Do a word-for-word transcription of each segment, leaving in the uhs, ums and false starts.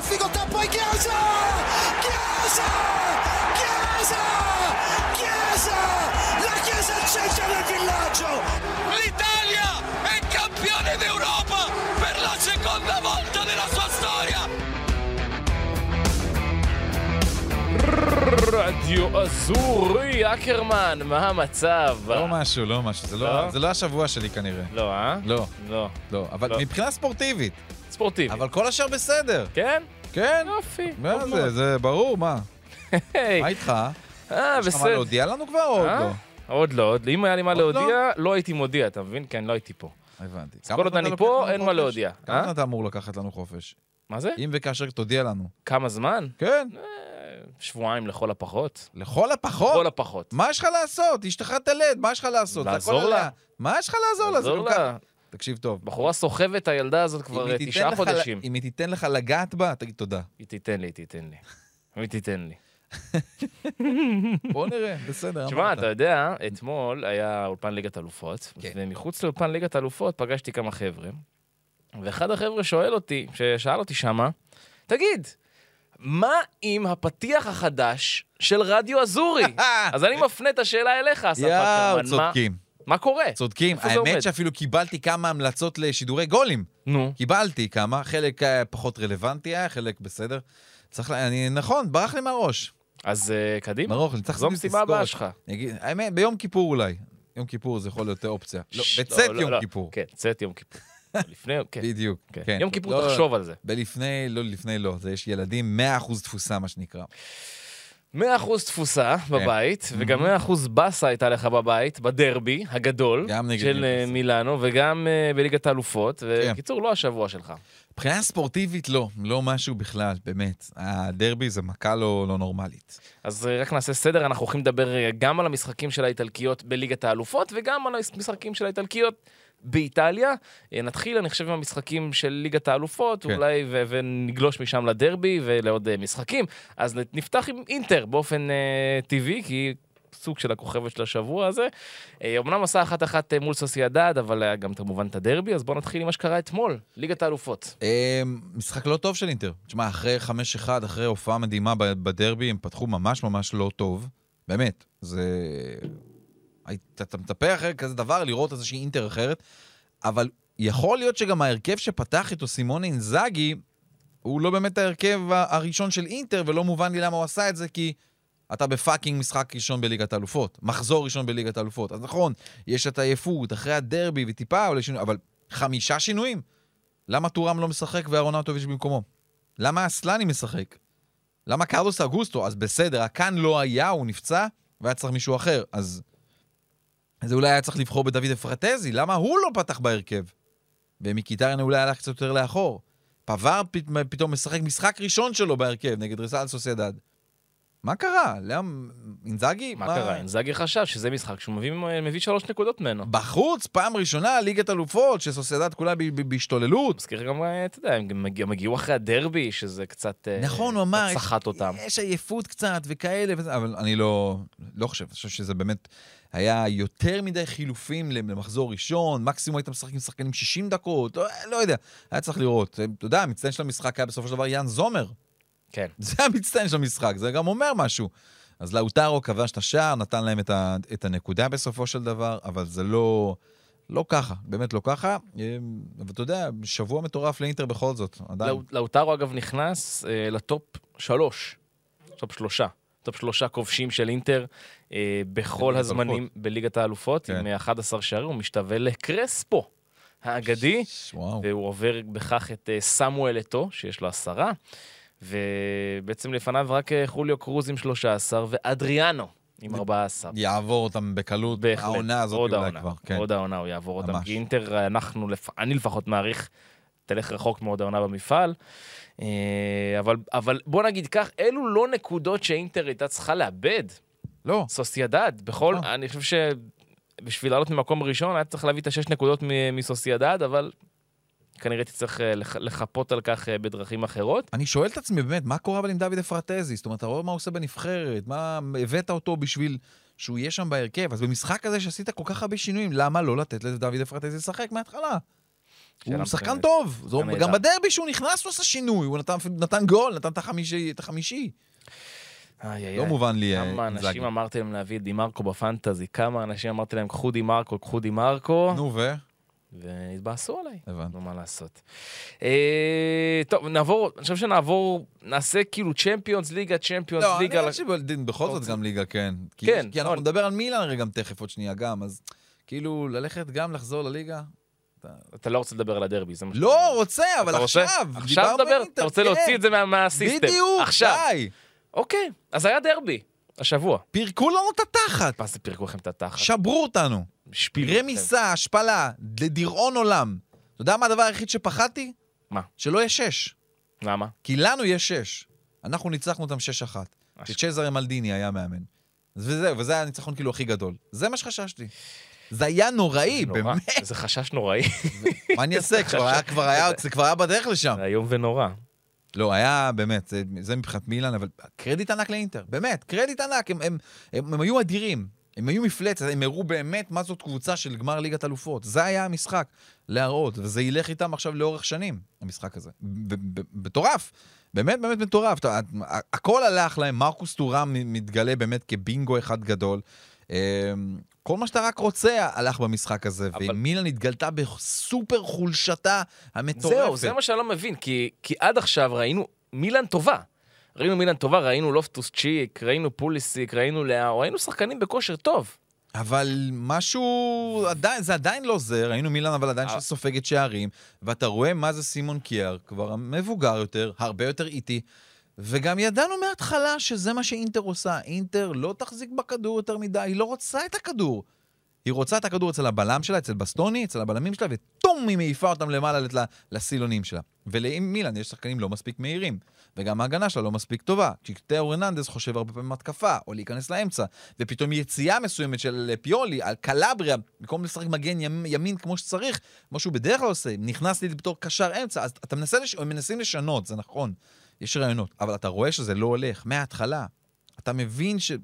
difficoltà, poi Chiesa! Chiesa! Chiesa! Chiesa! La Chiesa al centro del villaggio! L'Italia è campione d'Europa per la seconda volta nella sua storia! רדיו אזורי, אקרמן, מה המצב? לא משהו, לא משהו, זה לא, זה לא השבוע שלי כנראה. לא, אה? לא. לא. לא, אבל לא. מבחינה ספורטיבית. ספורטיבי. אבל כל השאר בסדר. כן? כן. יופי. מה זה, זה ברור, מה? היי. מה איתך? אה, יש לך מה בסדר. להודיע לנו כבר או עוד אה? לא? עוד לא, עוד- אם היה לי מה עוד להודיע, לא הייתי מודיע, אתה מבין? כן, לא הייתי פה. הבנתי. כל עוד אני פה, אין מה להודיע. כמה אה? זמן אתה אמור לקחת לנו חופש? מה זה? אם וכאשר תודיע לנו. כמה זמן? כן. שבועיים לכל הפחות. לכל הפחות? לכל הפחות. מה יש לך לעשות? אשתך תלד, מה יש לך לעשות? זה לעזור הכל לה. עליה. מה יש לך לעזור לה? זה לעזור כל כך- לה. תקשיב טוב. בחורה סוחבת את הילדה הזאת כבר אם היא תיתן תשעה לך- חודשים. אם היא תיתן לך לגעת בה, תגיד תודה. היא תיתן לי, היא תיתן לי. היא תיתן לי. בוא נראה, בסדר. תשמע, אמרת. אתה יודע, אתמול היה אולפן ליגת אלופות, כן. ומחוץ לאולפן ליגת אלופות פגשתי כמה חבר'ה, ואחד החבר'ה שואל אותי, ששאל אותי שמה, תגיד, מה עם הפתיח החדש של רדיו אזורי? אז אני מפנה את השאלה אליך, אסף יאו, אקרמן, מה- צודקים. מה קורה? צודקים. איפה זה עומד? האמת שאפילו קיבלתי כמה המלצות לשידורי גולים. נו, קיבלתי כמה, חלק אה, פחות רלוונטי היה, חלק בסדר. צריך לה... אני, נכון, ברח לי מהראש. אז אה, קדימה, מרוך, אני צריך זו לעשות המשימה הבאה תזכורת. שלך. אני אגיד, האמת, ביום כיפור אולי. יום כיפור זה יכול להיות אופציה. לא, ש- בצאת לא, לא, יום לא. כיפור. כן, צאת יום כיפור. לפני, כן. בדיוק. כן. כן. יום כיפור לא, תחשוב על זה. בלפני, לא לפני לא. זה יש ילדים, מאה אחוז תפוסה, מה שנקרא. מאה אחוז תפוסה בבית, וגם מאה אחוז בסה הייתה לך בבית, בדרבי הגדול גם נגד של ניוקאסל. מילאנו, וגם אה, בליגת האלופות. כן. וקיצור, לא השבוע שלך. מבחינה ספורטיבית לא, לא משהו בכלל, באמת. הדרבי זה מכה לא, לא נורמלית. אז אה, רק נעשה סדר, אנחנו הולכים לדבר אה, גם על המשחקים של האיטלקיות בליגת האלופות, וגם על המשחקים של האיטלקיות באיטליה. אה, נתחיל, אני חושב, עם המשחקים של ליגת האלופות, כן. אולי, ו- ונגלוש משם לדרבי ולעוד אה, משחקים. אז נפתח עם אינטר באופן אה, טבעי, כי היא סוג של הכוכבת של השבוע הזה. אה, אמנם עשה אחת-אחת אה, מול סוסיידד, אבל היה גם כמובן את הדרבי, אז בואו נתחיל עם מה שקרה אתמול, ליגת האלופות. אה, משחק לא טוב של אינטר. תשמע, אחרי חמש אחד, אחרי הופעה מדהימה ב- בדרבי, הם פתחו ממש ממש לא טוב. באמת, זה... היית- אתה מצפה אחרי כזה דבר לראות איזושהי אינטר אחרת, אבל יכול להיות שגם ההרכב שפתח איתו סימונה אינזאגי, הוא לא באמת ההרכב ה- הראשון של אינטר, ולא מובן לי למה הוא עשה את זה, כי אתה בפאקינג משחק ראשון בליגת האלופות, מחזור ראשון בליגת האלופות. אז נכון, יש את העייפות אחרי הדרבי וטיפה, אולי שינוי, אבל חמישה שינויים. למה טורם לא משחק וארונאוטוביץ' במקומו? למה אסלני משחק? למה קרלוס אגוסטו? אז בסדר, הכאן לא היה, הוא נפצע, והיה צריך מישהו אחר. אז, אז אולי היה צריך לבחור בדוד אפרטזי, למה הוא לא פתח בהרכב? ומיקיטריאן אולי הלך קצת יותר לאחור. פבר פת, פתאום משחק משחק ראשון שלו בהרכב, נגד ריסל סוסיידד. מה קרה? למה? אינזאגי? מה קרה? אינזאגי חשב שזה משחק שהוא מביא, מביא שלוש נקודות ממנו. בחוץ, פעם ראשונה, ליגת אלופות, שסוסיידד כולה ב- ב- בהשתוללות. מזכיר גם, אתה יודע, הם גם הגיעו- הגיעו אחרי הדרבי, שזה קצת אה, נכון, הוא אמר, קצת סחט יש- אותם. יש עייפות קצת וכאלה, וזה, אבל אני לא, לא חושב, אני חושב שזה באמת היה יותר מדי חילופים למחזור ראשון, מקסימום היית משחק עם שחקנים שישים דקות, לא, לא יודע, היה צריך לראות. אתה יודע, המצטיין של המשחק היה בסופו של דבר יאן זומר. כן. זה המצטיין של המשחק, זה גם אומר משהו. אז לאוטרו כבש את השער, נתן להם את, ה, את הנקודה בסופו של דבר, אבל זה לא, לא ככה, באמת לא ככה. ואתה יודע, שבוע מטורף לאינטר בכל זאת, עדיין. לאו- לאוטרו אגב נכנס אה, לטופ שלוש, טופ שלושה, טופ שלושה כובשים של אינטר אה, בכל בליגת הזמנים האלופות. בליגת האלופות, כן. עם אחד עשר שערים, הוא משתווה לקרספו האגדי, וואו. והוא עובר בכך את אה, סמואל אתו, שיש לו עשרה, ובעצם לפניו רק אה, חוליו קרוז עם שלושה עשר, ואדריאנו עם ארבעה עשר. יעבור אותם בקלות, בהחלט. העונה הזאת עוד אולי העונה. כבר. כן. עוד העונה הוא יעבור אותם. ממש. כי אינטר, אנחנו, לפ- אני לפחות מעריך, תלך רחוק מאוד העונה במפעל. אה, אבל, אבל בוא נגיד כך, אלו לא נקודות שאינטר הייתה צריכה לאבד. לא, סוסיידד, בכל, לא. אני חושב שבשביל לעלות ממקום ראשון, היה צריך להביא את השש נקודות מ- מסוסיידד, אבל כנראה תצטרך אה, לח- לחפות על כך אה, בדרכים אחרות. אני שואל את עצמי באמת, מה קורה אבל עם דוד אפרטזי? זאת אומרת, אתה רואה מה הוא עושה בנבחרת, מה הבאת אותו בשביל שהוא יהיה שם בהרכב? אז במשחק הזה שעשית כל כך הרבה שינויים, למה לא לתת לדוד אפרטזי לשחק מההתחלה? הוא שחקן טוב. גם בדרבי שהוא נכנס, הוא עשה שינוי. הוא נתן גול, נתן את החמישי. לא מובן לי. כמה אנשים אמרתי להם להביא את דימרקו בפנטזי, כמה אנשים אמרתי להם, קחו דימרקו, קחו דימרקו. נו ו? והתבאסו עליי. הבנתי. מה לעשות. טוב, נעבור, אני חושב שנעבור, נעשה כאילו צ'מפיונס ליגה, צ'מפיונס ליגה. לא, אני חושב בכל זאת גם ליגה, כן. כן. כי אנחנו נדבר על מילאן הרי גם תכף עוד שנייה גם, אז כאילו ללכת גם לחזור לליגה. אתה לא רוצה לדבר על הדרבי, זה מה שאתה... לא, רוצה, אבל עכשיו. עכשיו לדבר? אתה רוצה להוציא את זה מהסיסטם. בדיוק, די. אוקיי, אז היה דרבי, השבוע. פירקו לנו את התחת. מה זה פירקו לכם את התחת? שברו אותנו. רמיסה, השפלה, לדיראון עולם. אתה יודע מה הדבר היחיד שפחדתי? מה? שלא יהיה שש. למה? כי לנו יש שש. אנחנו ניצחנו אותם שש אחת. שצ'זר מלדיני היה מאמן. וזהו, וזה היה הניצחון כאילו הכי גדול. זה מה שחששתי. זה היה נוראי, באמת. זה חשש נוראי. מה אני אעשה? זה כבר היה בדרך לשם. זה איום ונורא. לא, היה באמת, זה, זה מבחינת מילאן, אבל קרדיט ענק לאינטר, באמת, קרדיט ענק, הם, הם, הם, הם היו אדירים, הם היו מפלצת, הם הראו באמת מה זאת קבוצה של גמר ליגת אלופות, זה היה המשחק להראות, וזה ילך איתם עכשיו לאורך שנים, המשחק הזה, מטורף, באמת באמת מטורף, הכל הלך להם, מרקוס טורם מתגלה באמת כבינגו אחד גדול, כל מה שאתה רק רוצה הלך במשחק הזה, אבל... ומילאן התגלתה בסופר חולשתה המטורפת. זהו, זה מה שאני לא מבין, כי, כי עד עכשיו ראינו מילאן טובה. ראינו מילאן טובה, ראינו לופטוס צ'יק, ראינו פוליסיק, ראינו לאו, ראינו שחקנים בכושר טוב. אבל משהו, עדיין, זה עדיין לא זה, ראינו מילאן אבל עדיין שסופגת שערים, ואתה רואה מה זה סימון קייר, כבר מבוגר יותר, הרבה יותר איטי, וגם ידענו מההתחלה שזה מה שאינטר עושה. אינטר לא תחזיק בכדור יותר מדי, היא לא רוצה את הכדור. היא רוצה את הכדור אצל הבלם שלה, אצל בסטוני, אצל הבלמים שלה, ותום היא מעיפה אותם למעלה לסילונים שלה. ולמילאן יש שחקנים לא מספיק מהירים, וגם ההגנה שלה לא מספיק טובה. תאו הרננדז חושב הרבה פעמים התקפה, או להיכנס לאמצע, ופתאום יציאה מסוימת של פיולי, על קלבריה, במקום לשחק מגן ימין כמו שצריך, כמו שהוא בדרך כלל עושה, נכנס לי בתור קשר אמצע, אז אתה מנסה לש... מנסים לשנות, זה נכון. יש רעיונות, אבל אתה רואה שזה לא הולך מההתחלה. אתה מבין ש...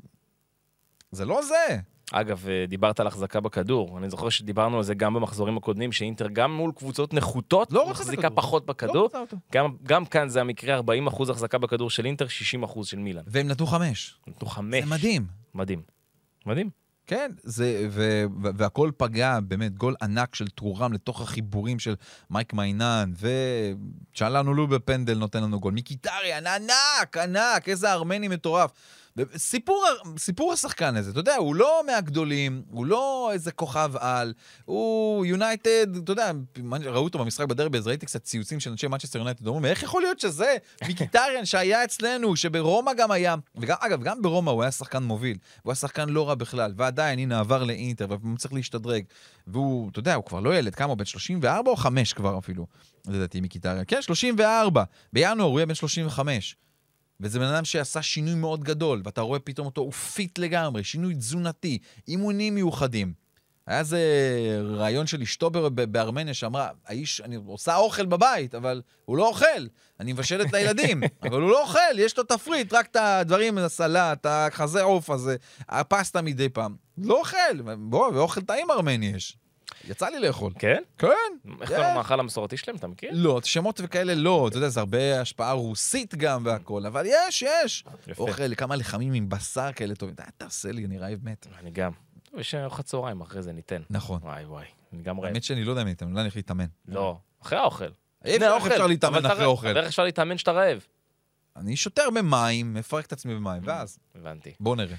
זה לא זה. אגב, דיברת על החזקה בכדור. אני זוכר שדיברנו על זה גם במחזורים הקודמים, שאינטר גם מול קבוצות נחותות, לא מחזיקה פחות בכדור. לא גם, גם כאן זה המקרה ארבעים אחוז החזקה בכדור של אינטר, שישים אחוז של מילאן. והם נתנו חמש. נתנו חמש. זה מדהים. מדהים. מדהים. כן, זה, ו, ו, והכל פגע, באמת, גול ענק של טרורם לתוך החיבורים של מייק מיינן, ושאלנו לו בפנדל נותן לנו גול. מיקיטריאן, ענק, ענק, איזה ארמני מטורף. סיפור, סיפור השחקן הזה, אתה יודע, הוא לא מהגדולים, הוא לא איזה כוכב על, הוא יונייטד, אתה יודע, ראו אותו במשחק בדרבי, אז ראיתי קצת ציוצים של אנשי מנצ'סטר יונייטד, אומרים, איך יכול להיות שזה מיקיטריאן שהיה אצלנו, שברומא גם היה, וגם, אגב, גם ברומא הוא היה שחקן מוביל, הוא היה שחקן לא רע בכלל, ועדיין, הנה, עבר לאינטר, והוא צריך להשתדרג, והוא, אתה יודע, הוא כבר לא ילד, כמה, בן שלושים וארבע או חמש כבר אפילו, לדעתי, מיקיטריאן, כן, שלושים וארבע, בינואר הוא היה בן שלושים וחמש. וזה בן אדם שעשה שינוי מאוד גדול, ואתה רואה פתאום אותו, הוא פיט לגמרי, שינוי תזונתי, אימונים מיוחדים. היה איזה רעיון של אשתו בארמניה שאמרה, האיש, אני עושה אוכל בבית, אבל הוא לא אוכל, אני מבשלת לילדים, אבל הוא לא אוכל, יש לו תפריט, רק את הדברים, הסלט, החזה עוף הזה, הפסטה מדי פעם. לא אוכל, בוא, ואוכל טעים ארמני יש. יצא לי לאכול. כן? כן. איך אתה לא מאכל המסורתי שלהם, אתה מכיר? לא, שמות וכאלה לא, אתה יודע, זה הרבה השפעה רוסית גם והכל, אבל יש, יש. אוכל כמה לחמים עם בשר כאלה טובים. תעשה לי, אני רעב מת. אני גם. יש ארוחת צהריים, אחרי זה ניתן. נכון. וואי וואי, אני גם רעב. האמת שאני לא יודע מי ניתן, אולי אני הולך להתאמן. לא, אחרי האוכל. איך אפשר להתאמן אחרי האוכל? איך אפשר להתאמן שאתה רעב? אני שותה הרבה מים, מפרק את עצמי במים, ואז... הבנתי. בוא נראה.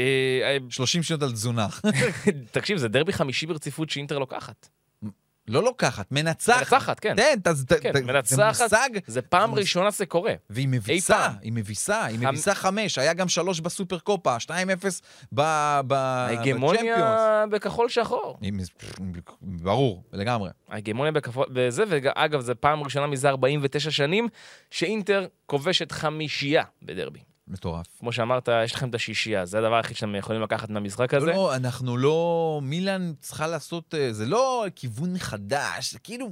שלושים שניות על תזונה. תקשיב, זה דרבי חמישי ברציפות שאינטר לוקחת. לא לוקחת, מנצחת. מנצחת, כן. כן, מנצחת, זה פעם ראשונה זה קורה. והיא מביסה, היא מביסה, היא מביסה חמש, היה גם שלוש בסופר קופה, שתיים אפס בצ'מפיונס. ההגמוניה בכחול שחור. ברור, לגמרי. ההגמוניה בכחול, וזה, ואגב, זה פעם ראשונה מזה ארבעים ותשע שנים, שאינטר כובשת חמישייה בדרבי. מטורף. כמו שאמרת, יש לכם את השישייה, זה הדבר הכי שאתם יכולים לקחת מהמשחק הזה. לא, לא, אנחנו לא... מילאן צריכה לעשות... זה לא כיוון מחדש, זה כאילו...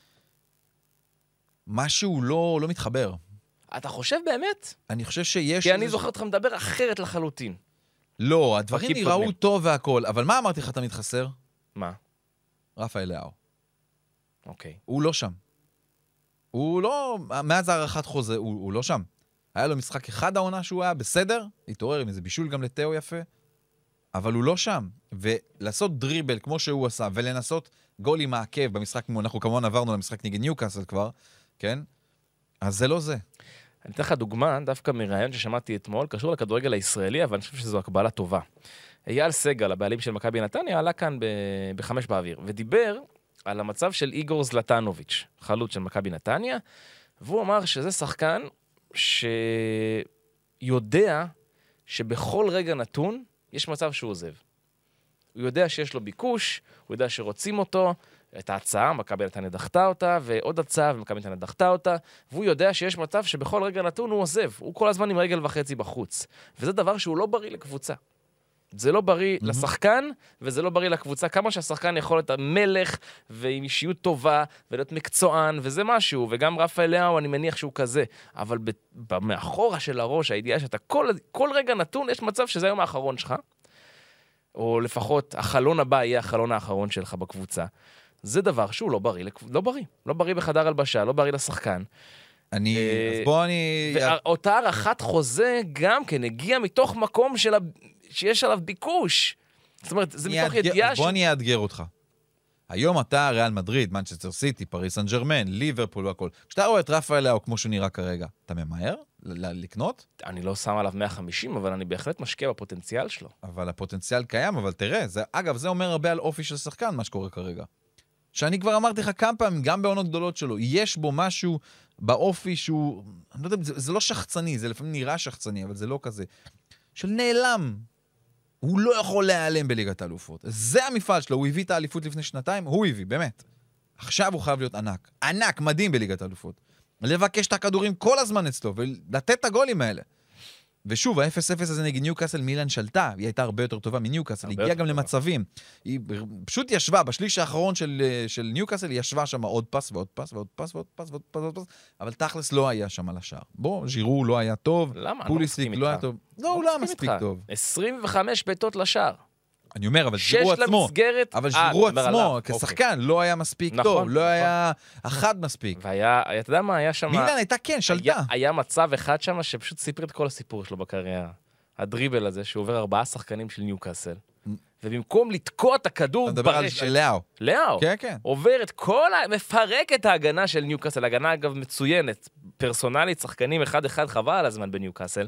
משהו לא, לא מתחבר. אתה חושב באמת? אני חושב שיש... כי אני זוכר אותך מדבר אחרת לחלוטין. לא, הדברים נראו טוב והכל, אבל מה אמרתי לך תמיד חסר? מה? רפאל לאו. אוקיי. הוא לא שם. הוא לא, מאז הערכת חוזה, הוא, הוא לא שם. היה לו משחק אחד העונה שהוא היה בסדר, התעורר עם איזה בישול גם לתאו יפה, אבל הוא לא שם. ולעשות דריבל כמו שהוא עשה, ולנסות גול עם העקב במשחק, אנחנו כמובן עברנו למשחק נגד ניוקאסל כבר, כן? אז זה לא זה. אני אתן לך דוגמה, דווקא מראיון ששמעתי אתמול, קשור לכדורגל הישראלי, אבל אני חושב שזו הקבלה טובה. אייל סגל, הבעלים של מכבי נתניה, עלה כאן ב- בחמש באוויר, ודיבר על המצב של איגור זלטנוביץ', חלוץ של מכבי נתניה, והוא אמר שזה שחקן שיודע שבכל רגע נתון יש מצב שהוא עוזב. הוא יודע שיש לו ביקוש, הוא יודע שרוצים אותו, את ההצעה, מכבי נתניה דחתה אותה, ועוד הצעה, ומכבי נתניה דחתה אותה, והוא יודע שיש מצב שבכל רגע נתון הוא עוזב. הוא כל הזמן עם רגל וחצי בחוץ. וזה דבר שהוא לא בריא לקבוצה. זה לא בריא mm-hmm. לשחקן, וזה לא בריא לקבוצה. כמה שהשחקן יכול להיות המלך, ועם אישיות טובה, ולהיות מקצוען, וזה משהו. וגם רפאל לאו, אני מניח שהוא כזה. אבל במאחורה של הראש, הידיעה שאתה כל, כל רגע נתון, יש מצב שזה היום האחרון שלך, או לפחות החלון הבא יהיה החלון האחרון שלך בקבוצה. זה דבר שהוא לא בריא, לא בריא. לא בריא בחדר הלבשה, לא בריא לשחקן. אני, אז בוא אני... ואותה הערכת חוזה גם כן הגיעה מתוך מקום של ה... שיש עליו ביקוש. זאת אומרת, זה מתוך ידיעה... בוא אני אאתגר אותך. היום אתה, ריאל מדריד, מנצ'סטר סיטי, פריס סן ז'רמן, ליברפול והכל. כשאתה רואה את רפאל לאו כמו שהוא נראה כרגע, אתה ממהר לקנות? אני לא שם עליו מאה וחמישים, אבל אני בהחלט משקיע בפוטנציאל שלו. אבל הפוטנציאל קיים, אבל תראה, זה, אגב, זה אומר הרבה על אופי של שחקן, מה שקורה כרגע. שאני כבר אמרתי לך כמה פעמים, גם בעונות גדולות שלו, יש בו משהו באופי שהוא, אני לא יודע, זה, זה לא שחצני, זה לפעמים נראה שחצני, אבל זה לא כזה, של נעלם. הוא לא יכול להיעלם בליגת האלופות. זה המפעל שלו, הוא הביא את האליפות לפני שנתיים, הוא הביא, באמת. עכשיו הוא חייב להיות ענק. ענק, מדהים בליגת האלופות. לבקש את הכדורים כל הזמן אצלו, ולתת את הגולים האלה. ושוב, ה-אפס אפס הזה נגד ניוקאסל, מילאן שלטה, היא הייתה הרבה יותר טובה מניוקאסל, היא הגיעה גם טובה. למצבים. היא פשוט ישבה, בשליש האחרון של, של ניוקאסל, היא ישבה שם עוד פס ועוד פס ועוד פס ועוד פס ועוד פס ועוד פס, אבל תכלס לא היה שם על השער. בוא, ז'ירו לא היה טוב, פוליסיק לא היה טוב. לא, הוא לא היה מספיק טוב. עשרים וחמש בעיטות לשער. אני אומר, אבל ז'ירו עצמו, אבל ז'ירו עצמו, כשחקן, לא היה מספיק טוב, לא היה אחד מספיק. והיה, אתה יודע מה, היה שם... מילאן הייתה כן, שלטה. היה מצב אחד שם שפשוט סיפר את כל הסיפור שלו בקריירה. הדריבל הזה, שהוא עובר ארבעה שחקנים של ניוקאסל. ובמקום לתקוע את הכדור ברשת... אתה מדבר על לאו. לאו. כן, כן. עובר את כל ה... מפרק את ההגנה של ניוקאסל. הגנה, אגב, מצוינת. פרסונלית, שחקנים אחד-אחד חבל על הזמן בניוקאסל.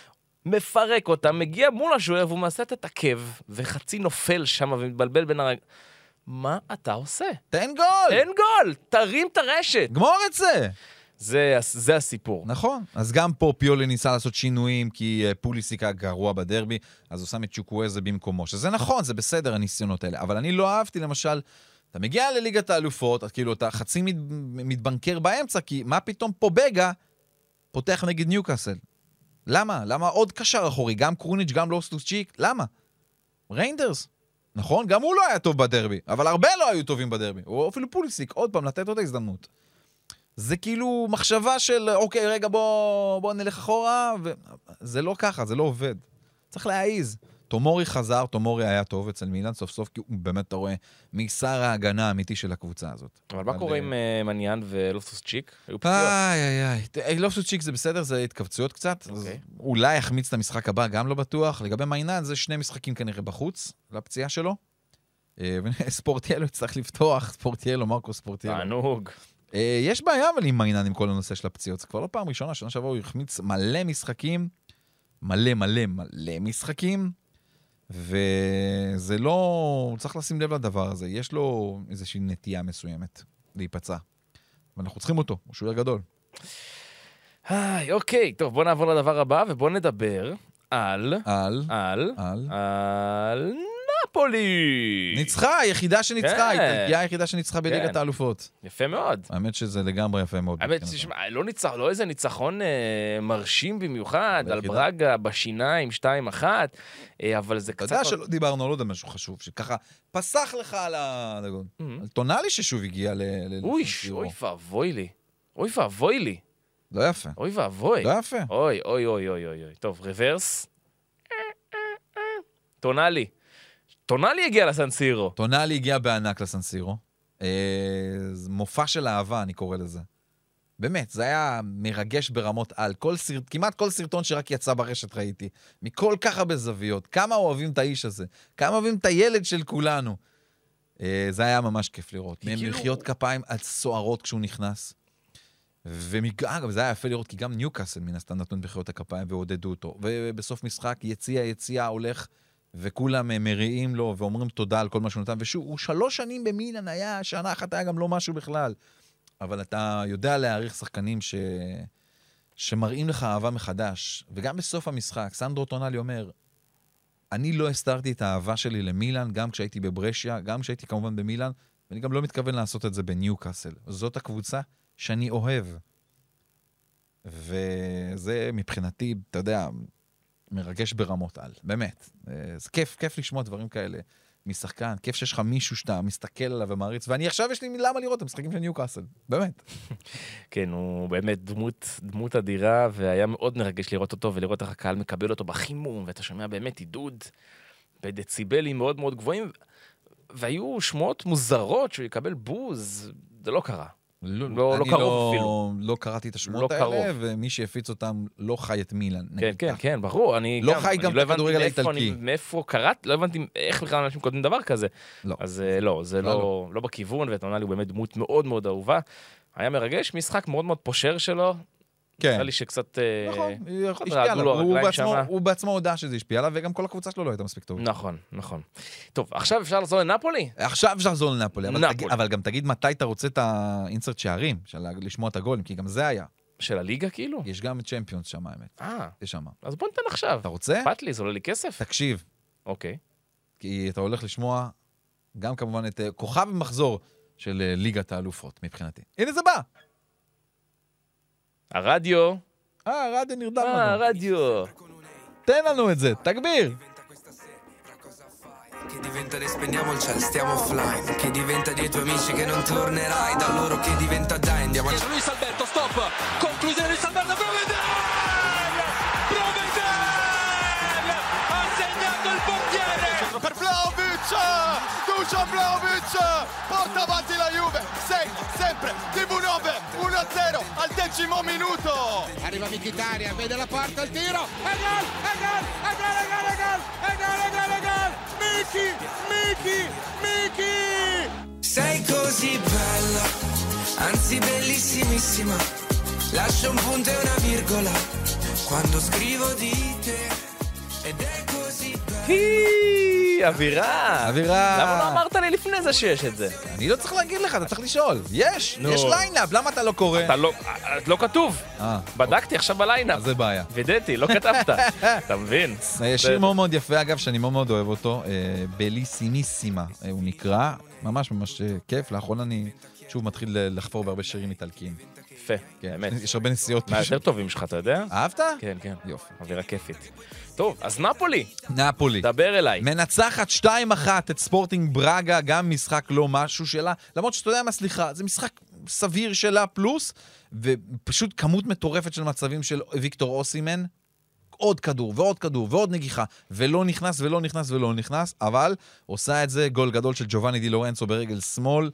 מפרק אותה, מגיע מול השוער, והוא מעשה את העקב, וחצי נופל שם ומתבלבל בין הרג... מה אתה עושה? תן גול! תן גול! תרים את הרשת! גמור את זה! זה, זה הסיפור. נכון. אז גם פה פיולי ניסה לעשות שינויים, כי פוליסיק היה גרוע בדרבי, אז הוא שם את צ'וקוויזה במקומו. שזה נכון, זה בסדר הניסיונות האלה. אבל אני לא אהבתי, למשל, אתה מגיע לליגת האלופות, אז כאילו אתה חצי מת, מתבנקר באמצע, כי מה פתאום פה בגה פותח נגד ניוקאסל? למה? למה עוד קשר אחורי? גם קרוניץ', גם לוסטוס-צ'יק? למה? ריינדרס. נכון? גם הוא לא היה טוב בדרבי, אבל הרבה לא היו טובים בדרבי. או אפילו פוליסיק, עוד פעם, לתת עוד הזדמנות. זה כאילו מחשבה של, אוקיי, רגע, בוא, בוא נלך אחורה, וזה לא ככה, זה לא עובד. צריך להעיז. תומורי חזר, תומורי היה טוב אצל מילאן, סוף סוף, כי הוא באמת, אתה רואה, משר ההגנה האמיתי של הקבוצה הזאת. אבל מה קורה עם מניאן ולופסוס-צ'יק? היו פתיעות. איי, איי, איי. לופסוס-צ'יק זה בסדר, זה התכווצויות קצת. אולי יחמיץ את המשחק הבא, גם לא בטוח. לגבי מניאן, זה שני משחקים כנראה בחוץ, לפציעה שלו. ספורטיאלו יצטרך לפתוח, ספורטיאלו, מרקו ספורטיאלו. תענוג. יש בעיה אבל עם מניאן, עם כל הנושא של הפציעות. זה כבר לא פעם ראשונה, שנה שעברה הוא יחמיץ מלא משחקים, מלא מלא מלא משחקים. וזה לא... צריך לשים לב לדבר הזה. יש לו איזושהי נטייה מסוימת להיפצע. ואנחנו צריכים אותו, הוא שוער גדול. היי, אוקיי. טוב, בוא נעבור לדבר הבא, ובוא נדבר על... על... על... על... על... נפולי! ניצחה, היחידה שניצחה, היא היחידה שניצחה בליגת האלופות. יפה מאוד. האמת שזה לגמרי יפה מאוד. האמת, תשמע, לא ניצח, לא איזה ניצחון מרשים במיוחד, על ברגה בשיניים, שתיים אחת, אבל זה קצת... אתה יודע שלא דיברנו, לא יודע משהו חשוב, שככה פסח לך על הגול. על טונאלי ששוב הגיע ל... אוי, אוי ואבוי לי. אוי ואבוי לי. לא יפה. אוי ואבוי. לא יפה. אוי, אוי, אוי, אוי, אוי. טוב, רוורס. טונאלי. טונאלי הגיע לסנסירו. טונאלי הגיע בענק לסנסירו. מופע של אהבה, אני קורא לזה. באמת, זה היה מרגש ברמות על. כל סרט, כמעט כל סרטון שרק יצא ברשת ראיתי. מכל כך הרבה זוויות. כמה אוהבים את האיש הזה. כמה אוהבים את הילד של כולנו. זה היה ממש כיף לראות. מחיאות כפיים על סוערות כשהוא נכנס. ואגב, זה היה יפה לראות, כי גם ניוקאסל מן הסתם נתנו בחיאות הכפיים ועודדו אותו. ובסוף משחק, יציע, יציע, הולך, וכולם מריעים לו ואומרים תודה על כל מה שהוא נתן. ושוב, הוא שלוש שנים במילאן היה, שנה אחת היה גם לא משהו בכלל. אבל אתה יודע להעריך שחקנים ש... שמראים לך אהבה מחדש. וגם בסוף המשחק, סנדרו טונאלי אומר, אני לא הסתרתי את האהבה שלי למילאן, גם כשהייתי בברשיה, גם כשהייתי כמובן במילאן, ואני גם לא מתכוון לעשות את זה בניוקאסל. זאת הקבוצה שאני אוהב. וזה מבחינתי, אתה יודע, מרגש ברמות על. באמת. זה כיף, כיף לשמוע דברים כאלה משחקן. כיף שיש לך מישהו שאתה מסתכל עליו ומעריץ. ואני עכשיו יש לי למה לראות את המשחקים של ניוקאסל. באמת. כן, הוא באמת דמות, דמות אדירה, והיה מאוד מרגש לראות אותו, ולראות איך הקהל מקבל אותו בחימום, ואתה שומע באמת עידוד בדציבלים מאוד מאוד גבוהים, והיו שמועות מוזרות שהוא יקבל בוז. זה לא קרה. לא, לא, לא קרוב לא, אפילו. לא קראתי את השמועות לא האלה, קרוב. ומי שהפיץ אותם לא חי את מילאן. כן, כן, כן, ברור. אני לא גם, חי גם אני לא את הכדורגל הבנתי מאיפה, האיטלקי. אני, מאיפה קראת, לא הבנתי איך בכלל אנשים קודמים דבר כזה. לא. אז אה, לא, זה לא, לא, לא. לא בכיוון, וטונאלי הוא באמת דמות מאוד מאוד אהובה. היה מרגש, משחק מאוד מאוד פושר שלו. כן. נראה לי שקצת... אה, נכון, קצת השפיע רעדו עליו. לו הוא הרגליים בעצמו- שמה. הוא בעצמו הודע שזה השפיע עליו, וגם כל הקבוצה שלו לא הייתה מספיק טוב. נכון, נכון. טוב, עכשיו אפשר לחזור לנפולי? עכשיו אפשר לחזור לנפולי, אבל נפולי. תגיד- אבל גם תגיד מתי אתה רוצה את האינסרט שערים, של לשמוע את הגולים, כי גם זה היה. של הליגה כאילו? יש גם את צ'מפיונס שם, האמת. אה, יש שם. אז בוא ניתן עכשיו. אתה רוצה? אכפת לי, זה עולה לי כסף. תקשיב, אוקיי. כי אתה הולך לשמוע גם כמובן את אה, כוכב המחזור של אה, ליגת האלופות, מבחינתי. הנה זה בא! הרדיו. אה, רדיו נרדם אה, לנו. הרדיו. תן לנו את זה, תגביר! Che diventa ne spegniamo il cielo, stiamo offline. Che diventa dei tuoi amici che non tornerai. Da loro che diventa dai, andiamo a... Luis Alberto, stop. Conclusione Luis Alberto, Provedel! Provedel! Ha segnato il portiere! Per Vlahovic! Dusan Vlahovic! Porta avanti la Juve! Segna sempre! T V nove! uno a zero al decimo minuto! Arriva Mkhitaryan, vede la porta, il tiro! E gol! E gol! E gol! E gol! E gol! E gol! E gol! E gol! Miki! Miki! Miki! Sei così bella, anzi bellissimissima. Lascia un punto e una virgola quando scrivo di te. Ed è così bella. היי, אווירה. אווירה. למה לא אמרת לי לפני זה שיש את זה? אני לא צריך להגיד לך, אתה צריך לשאול. יש, נו. יש ליינאפ, למה אתה לא קורא? אתה לא, לא כתוב. אה, בדקתי עכשיו בליינאפ. אז זה בעיה. וידאתי, לא כתבת. אתה מבין? אה, שיר מאוד מאוד יפה, אגב, שאני מאוד מאוד אוהב אותו, אה, בליסימיסימה, אה, הוא נקרא, ממש ממש אה, כיף, לאחרונה אני שוב מתחיל אה, לחפור בהרבה שירים איטלקיים. יפה, כן, באמת. יש הרבה נסיעות. מה יותר טובים שלך, אתה יודע? אהבת? כן, כן. יופי. אווירה כיפית. טוב, אז נפולי, נפולי. דבר אליי. מנצחת שתיים אחת את ספורטינג ברגה, גם משחק לא משהו שלה, למרות שאתה יודע מה, סליחה, זה משחק סביר שלה פלוס, ופשוט כמות מטורפת של מצבים של ויקטור אוסימן, עוד כדור ועוד כדור ועוד נגיחה, ולא נכנס ולא נכנס ולא נכנס, אבל עושה את זה גול גדול של ג'ובאני די לורנצו ברגל שמאל,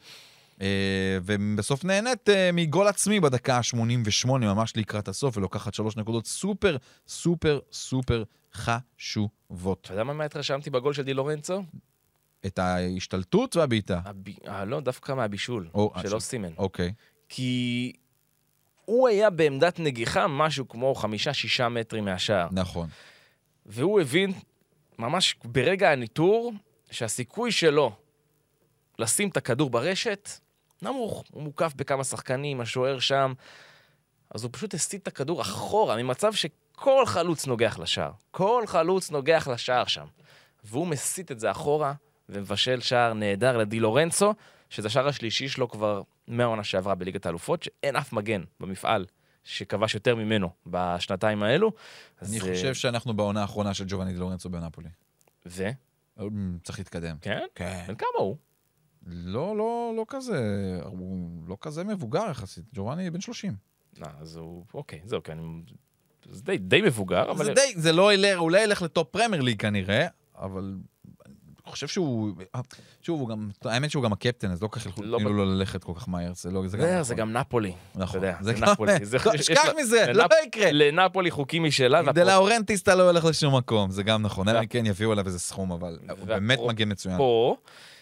ובסוף נהנית מגול עצמי בדקה ה-שמונים ושמונה, ממש לקראת הסוף, ולוקחת שלוש נקודות סופר, סופר, סופר חשובות. אתה יודע מה התרשמתי בגול של די לורנצו? את ההשתלטות והבעיטה. הב- אה, לא, דווקא מהבישול, או, של של- אוסימן. אוקיי. כי הוא היה בעמדת נגיחה משהו כמו חמישה-שישה מטרים מהשער. נכון. והוא הבין, ממש ברגע הניטור, שהסיכוי שלו לשים את הכדור ברשת, נמוך. הוא מוקף בכמה שחקנים, השוער שם, אז הוא פשוט הסית את הכדור אחורה, ממצב שכל חלוץ נוגח לשער. כל חלוץ נוגח לשער שם. והוא מסית את זה אחורה, ומבשל שער נהדר לדי לורנצו, שזה השער השלישי שלו כבר מהעונה שעברה בליגת האלופות, שאין אף מגן במפעל שכבש יותר ממנו בשנתיים האלו. אני אז, חושב שאנחנו בעונה האחרונה של ג'ובאני די לורנצו בנפולי. ו? צריך להתקדם. כן? כן. בן כמה הוא? לא, לא, לא כזה, הוא לא כזה מבוגר יחסית. ג'ובאני בן שלושים. אה, אז הוא, אוקיי, זהו, כן. זה די, די מבוגר, אבל... זה די, זה לא ילך, אולי ילך לטופ פרמייר ליג כנראה, אבל אני חושב שהוא, שוב, הוא גם, האמת שהוא גם הקפטן, אז לא כך ילכו, תנו לו ללכת כל כך מהר, זה לא, זה גם נכון. זה גם נפולי. נכון. זה נפולי. שכח מזה, לא יקרה. לנפולי חוקים משלה. דה לאורנטיסטה לא הולך לשום מקום, זה גם נכון. אלא כן יביאו עליו איזה סכום, אבל הוא באמת מגן מצוין. פה,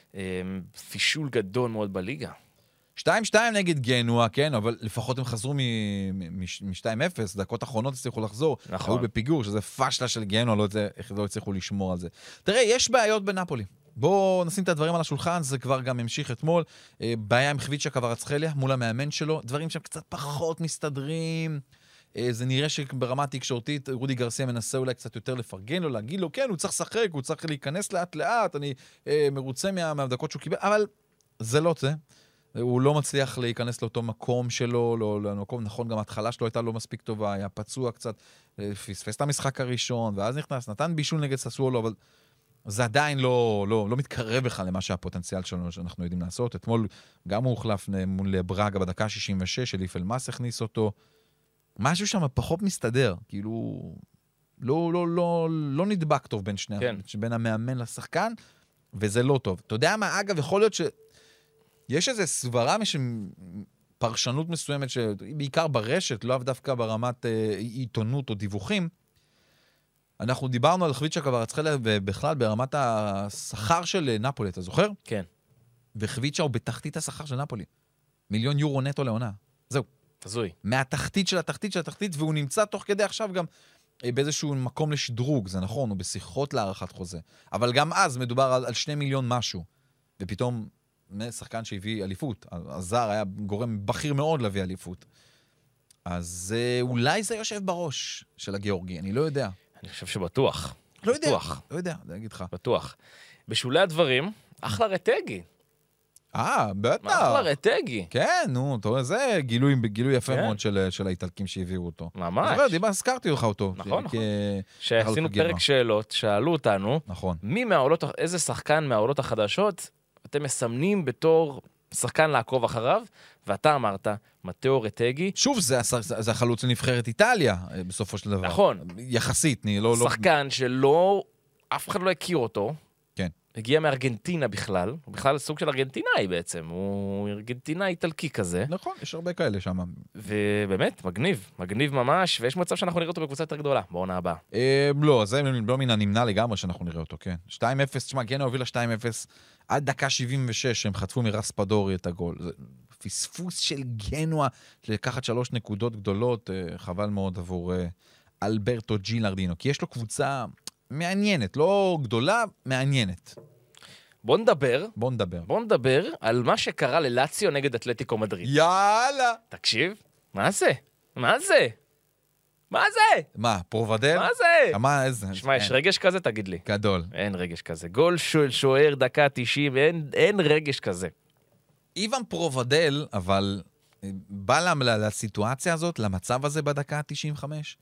פישול גדול מאוד בליגה. שתיים שתיים נגד גנוע, כן, אבל לפחות הם חזרו מ-שתיים אפס, דקות אחרונות הצליחו לחזור. נכון. היו בפיגור, שזה פשלה של גנוע, לא יודע איך לא הצליחו לשמור על זה. תראה, יש בעיות בנפולי. בואו נשים את הדברים על השולחן, זה כבר גם המשיך אתמול. בעיה עם חביצ'ה קווארצחליה מול המאמן שלו, דברים שהם קצת פחות מסתדרים. זה נראה שברמה תקשורתית, רודי גרסיה מנסה אולי קצת יותר לפרגן לו, להגיד לו, כן, הוא צריך לשחק, הוא צריך להיכנס לאט לאט, אני מרוצה מהדקות שהוא קיבל, אבל זה לא זה. הוא לא מצליח להיכנס לאותו מקום שלו, לא, למקום, נכון, גם ההתחלה שלו הייתה לא מספיק טובה, היה פצוע קצת, פספס את המשחק הראשון, ואז נכנס, נתן בישול נגד ססוולו, אבל זה עדיין לא, לא, לא מתקרב בכלל למה שהפוטנציאל שלנו שאנחנו יודעים לעשות. אתמול גם הוא הוחלף מול ברגה בדקה שישים ושש, אליף אלמאס הכניס אותו. משהו שם פחות מסתדר, כאילו, לא, לא, לא, לא נדבק טוב בין שני, כן. בין המאמן לשחקן, וזה לא טוב. אתה יודע מה, אגב, יכול להיות ש... יש איזו סברה, פרשנות מסוימת, שבעיקר ברשת, לא דווקא ברמת עיתונות או דיווחים, אנחנו דיברנו על חביצ'ה קווארצחליה, ובכלל ברמת השכר של נפולי, אתה זוכר? כן. וחביצ'ה הוא בתחתית השכר של נפולי. מיליון יורו נטו לעונה. זהו. תזוי. מהתחתית של התחתית של התחתית, והוא נמצא תוך כדי עכשיו גם באיזשהו מקום לשדרוג, זה נכון, הוא בשיחות להערכת חוזה. אבל גם אז מדובר על, על שני מיליון משהו. ופתאום... שחקן שהביא אליפות. הזר היה גורם בכיר מאוד להביא אליפות. אז אולי זה יושב בראש של הגיאורגי, אני לא יודע. אני חושב שבטוח. לא יודע, בטוח. לא יודע, אני אגיד לך. בטוח. בשולי הדברים, אחלה רטגי. אה, בטח. אחלה רטגי. כן, נו, אתה רואה, זה גילוי, גילוי יפה כן. מאוד של, של האיטלקים שהביאו אותו. ממש. אז דיבר, הזכרתי לך אותו. נכון, נכון. כ... שעשינו פרק שאלות, שאלו אותנו, נכון. מי מהעולות, איזה שחקן מהעולות החדשות, אתם מסמנים בתור שחקן לעקוב אחריו, ואתה אמרת, מתאו רטגי. שוב, זה, זה, זה החלוץ לנבחרת איטליה, בסופו של דבר. נכון. יחסית, אני לא... שחקן לא... שלא, אף אחד לא הכיר אותו. כן. הגיע מארגנטינה בכלל, הוא בכלל סוג של ארגנטינאי בעצם, הוא ארגנטינאי איטלקי כזה. נכון, יש הרבה כאלה שם. ובאמת, מגניב, מגניב ממש, ויש מצב שאנחנו נראה אותו בקבוצה יותר גדולה, בעונה הבאה. אה, לא, זה לא מן הנמנע לגמרי שאנחנו נראה אותו, כן. שתיים אפס, תשמע, גנה הובילה שתיים אפס, עד דקה שבעים ושש הם חטפו מרספדורי את הגול. זה פספוס של גנוע לקחת שלוש נקודות גדולות, חבל מאוד עבור אלברטו ג'ילרדינו, כי יש לו קבוצה מעניינת, לא גדולה, מעניינת. בוא נדבר. בוא נדבר. בוא נדבר על מה שקרה ללאציו נגד אתלטיקו מדריד. יאללה! תקשיב, מה זה? מה זה? מה זה? מה, פרובדל? מה זה? מה, איזה? שמע, יש רגש כזה? תגיד לי. גדול. אין רגש כזה. גול של שוער דקה תשעים, אין, אין רגש כזה. איוון פרובדל, אבל בא לסיטואציה הזאת, למצב הזה בדקה תשעים וחמש,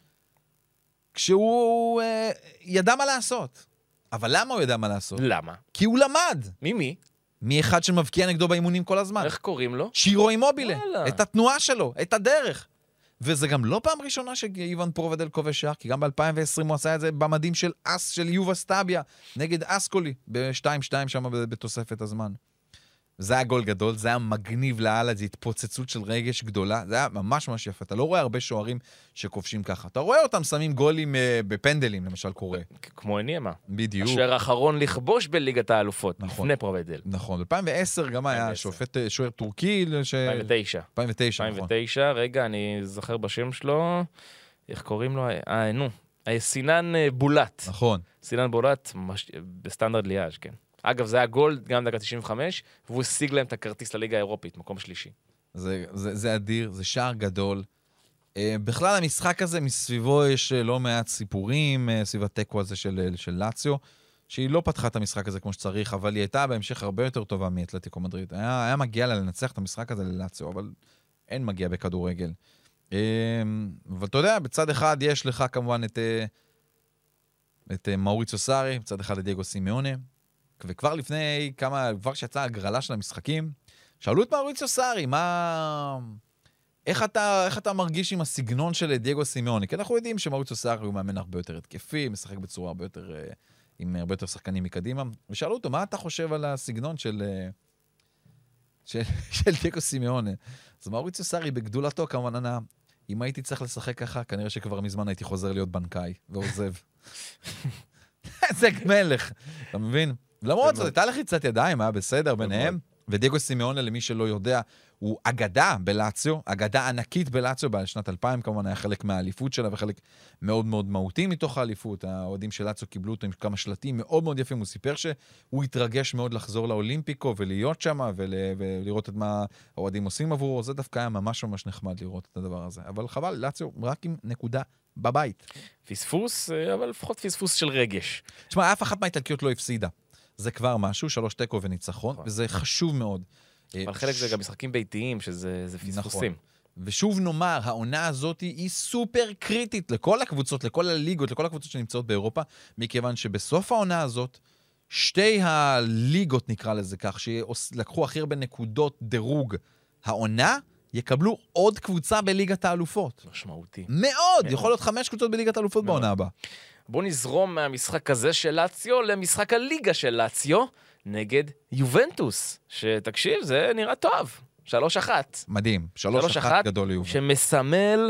כשהוא אה, ידע מה לעשות. אבל למה הוא ידע מה לעשות? למה? כי הוא למד. ממי? מאחד שמבקיע נגדו באימונים כל הזמן. איך קוראים לו? צ'ירו אימובילה. את התנועה שלו, את הדרך. וזה גם לא פעם ראשונה שאיוון פרובדל כובש שער, כי גם ב-אלפיים ועשרים הוא עשה את זה במדים של אס של יובה סטאביה, נגד אסקולי, ב-שתיים שתיים שם בתוספת הזמן. זה היה גול גדול, זה היה מגניב לעלה, זה התפוצצות של רגש גדולה, זה היה ממש ממש יפה. אתה לא רואה הרבה שוערים שכובשים ככה. אתה רואה אותם שמים גולים uh, בפנדלים, למשל קורה. כמו אנימה. בדיוק. השוער האחרון לכבוש בליגת האלופות, נכון. לפני פרובדל. נכון, ב-אלפיים ועשר גם היה שופט שוער טורקי. ש... אלפיים ותשע. אלפיים ותשע, נכון. אלפיים ותשע, רגע, אני זוכר בשם שלו, איך קוראים לו? אה, נו. סינן בולט. נכון. סינן בולט, מש... בסטנדרט ליאז', כן. אגב, זה היה גול גם דקה תשעים וחמש, והוא השיג להם את הכרטיס לליגה האירופית, מקום שלישי. זה, זה, זה אדיר, זה שער גדול. Uh, בכלל, המשחק הזה, מסביבו יש uh, לא מעט סיפורים, uh, סביב הטקו הזה של, של לאציו, שהיא לא פתחה את המשחק הזה כמו שצריך, אבל היא הייתה בהמשך הרבה יותר טובה מאתלטיקו מדריד. היה, היה מגיע לה לנצח את המשחק הזה ללאציו, אבל אין מגיע בכדורגל. Uh, אבל אתה יודע, בצד אחד יש לך כמובן את, uh, את uh, מאוריציו סארי, בצד אחד את דייגו סימיונה, וכבר לפני כמה, כבר שיצאה הגרלה של המשחקים, שאלו את מאוריציו סארי, מה... איך אתה, איך אתה מרגיש עם הסגנון של דייגו סימיוני? כי אנחנו יודעים שמאוריציו סארי הוא מאמן הרבה יותר התקפי, משחק בצורה הרבה יותר אה, עם הרבה יותר שחקנים מקדימה, ושאלו אותו, מה אתה חושב על הסגנון של, של, של דיקו סימיונה? אז מאוריציו סארי בגדולתו כמובן ענה, אם הייתי צריך לשחק ככה, כנראה שכבר מזמן הייתי חוזר להיות בנקאי, ועוזב. זה מלך, אתה מבין? למרות זאת, הייתה לחיצת ידיים, היה בסדר ביניהם, ודייגו סימיונה, למי שלא יודע, הוא אגדה בלאציו, אגדה ענקית בלאציו, בשנת אלפיים כמובן היה חלק מהאליפות שלה, וחלק מאוד מאוד מהותי מתוך האליפות. האוהדים של לאציו קיבלו אותו עם כמה שלטים מאוד מאוד יפים, הוא סיפר שהוא התרגש מאוד לחזור לאולימפיקו, ולהיות שם, ול... ולראות את מה האוהדים עושים עבורו, זה דווקא היה ממש ממש נחמד לראות את הדבר הזה. אבל חבל, לאציו רק עם נקודה בבית. פספוס, אבל לפחות פספוס של רגש. תשמע, אף אחת מהאיטלקיות לא הפסידה. זה כבר משהו, שלוש תיקו וניצחון, וזה חשוב מאוד. אבל חלק זה גם משחקים ביתיים, שזה פספוסים. ושוב נאמר, העונה הזאת היא סופר קריטית לכל הקבוצות, לכל הליגות, לכל הקבוצות שנמצאות באירופה, מכיוון שבסוף העונה הזאת, שתי הליגות נקרא לזה כך, שלקחו הכי הרבה נקודות דירוג העונה, יקבלו עוד קבוצה בליגת האלופות. משמעותי. מאוד! יכול להיות חמש קבוצות בליגת האלופות בעונה הבאה. בוא נזרום מהמשחק הזה של לאציו למשחק הליגה של לאציו נגד יובנטוס, שתקשיב, זה נראה טוב. שלוש אחת. מדהים. שלוש אחת גדול ליובנטוס. שמסמל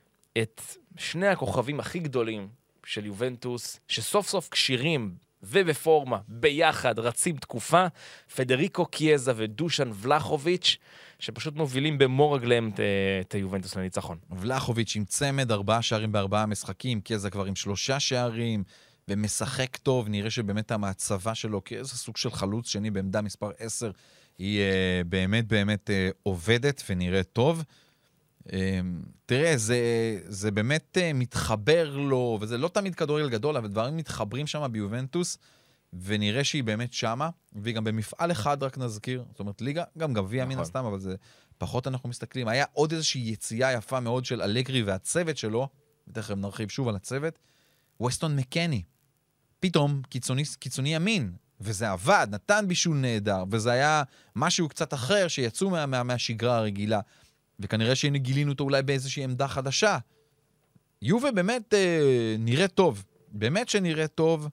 את שני הכוכבים הכי גדולים של יובנטוס, שסוף סוף קשירים ובפורמה ביחד רצים תקופה, פדריקו קיאזה ודושן ולחוביץ', שפשוט מובילים במור רגליהם את היובנטוס לניצחון. ולחוביץ' עם צמד, ארבעה שערים בארבעה משחקים, קיאזה כבר עם שלושה שערים, ומשחק טוב, נראה שבאמת המעצבה שלו, קיאזה סוג של חלוץ שני בעמדה מספר עשר, היא uh, באמת באמת uh, עובדת ונראית טוב. Uh, תראה, זה, זה באמת uh, מתחבר לו, וזה לא תמיד כדורגל גדול, אבל דברים מתחברים שם ביובנטוס, ונראה שהיא באמת שמה, והיא גם במפעל אחד רק נזכיר, זאת אומרת ליגה, גם גביע מן הסתם, אבל זה פחות אנחנו מסתכלים. היה עוד איזושהי יציאה יפה מאוד של אלגרי והצוות שלו, ותכף נרחיב שוב על הצוות, ווסטון מקני, פתאום קיצוני, קיצוני ימין, וזה עבד, נתן בישול נהדר, וזה היה משהו קצת אחר שיצאו מה, מה, מהשגרה הרגילה, וכנראה שהנה גילינו אותו אולי באיזושהי עמדה חדשה. יובה באמת אה, נראה טוב, באמת שנראה טוב,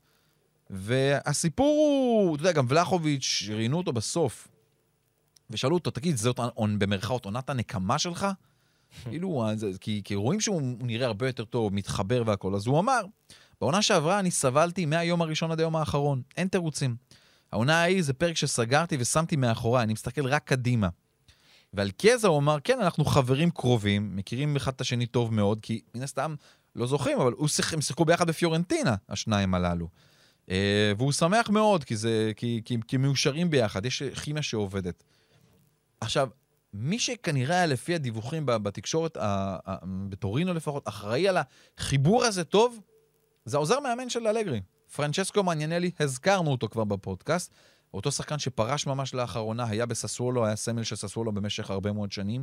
והסיפור הוא, אתה יודע, גם ולחוביץ' ראינו אותו בסוף, ושאלו אותו, תגיד, זאת במרכאות עונת הנקמה שלך? כאילו, כי, כי רואים שהוא נראה הרבה יותר טוב, מתחבר והכל, אז הוא אמר, בעונה שעברה אני סבלתי מהיום הראשון עד היום האחרון, אין תירוצים. העונה ההיא זה פרק שסגרתי ושמתי מאחורי, אני מסתכל רק קדימה. ועל קיאזה הוא אמר, כן, אנחנו חברים קרובים, מכירים אחד את השני טוב מאוד, כי מן הסתם לא זוכרים, אבל הם שיחקו ביחד בפיורנטינה, השניים הללו. והוא שמח מאוד, כי, זה, כי, כי, כי מאושרים ביחד, יש כימיה שעובדת. עכשיו, מי שכנראה היה לפי הדיווחים בתקשורת, בטורינו לפחות, אחראי על החיבור הזה טוב, זה עוזר מאמן של אלגרי. פרנצ'סקו מניאנלי, הזכרנו אותו כבר בפודקאסט, אותו שחקן שפרש ממש לאחרונה, היה בססוולו, היה סמל של ססוולו במשך הרבה מאוד שנים,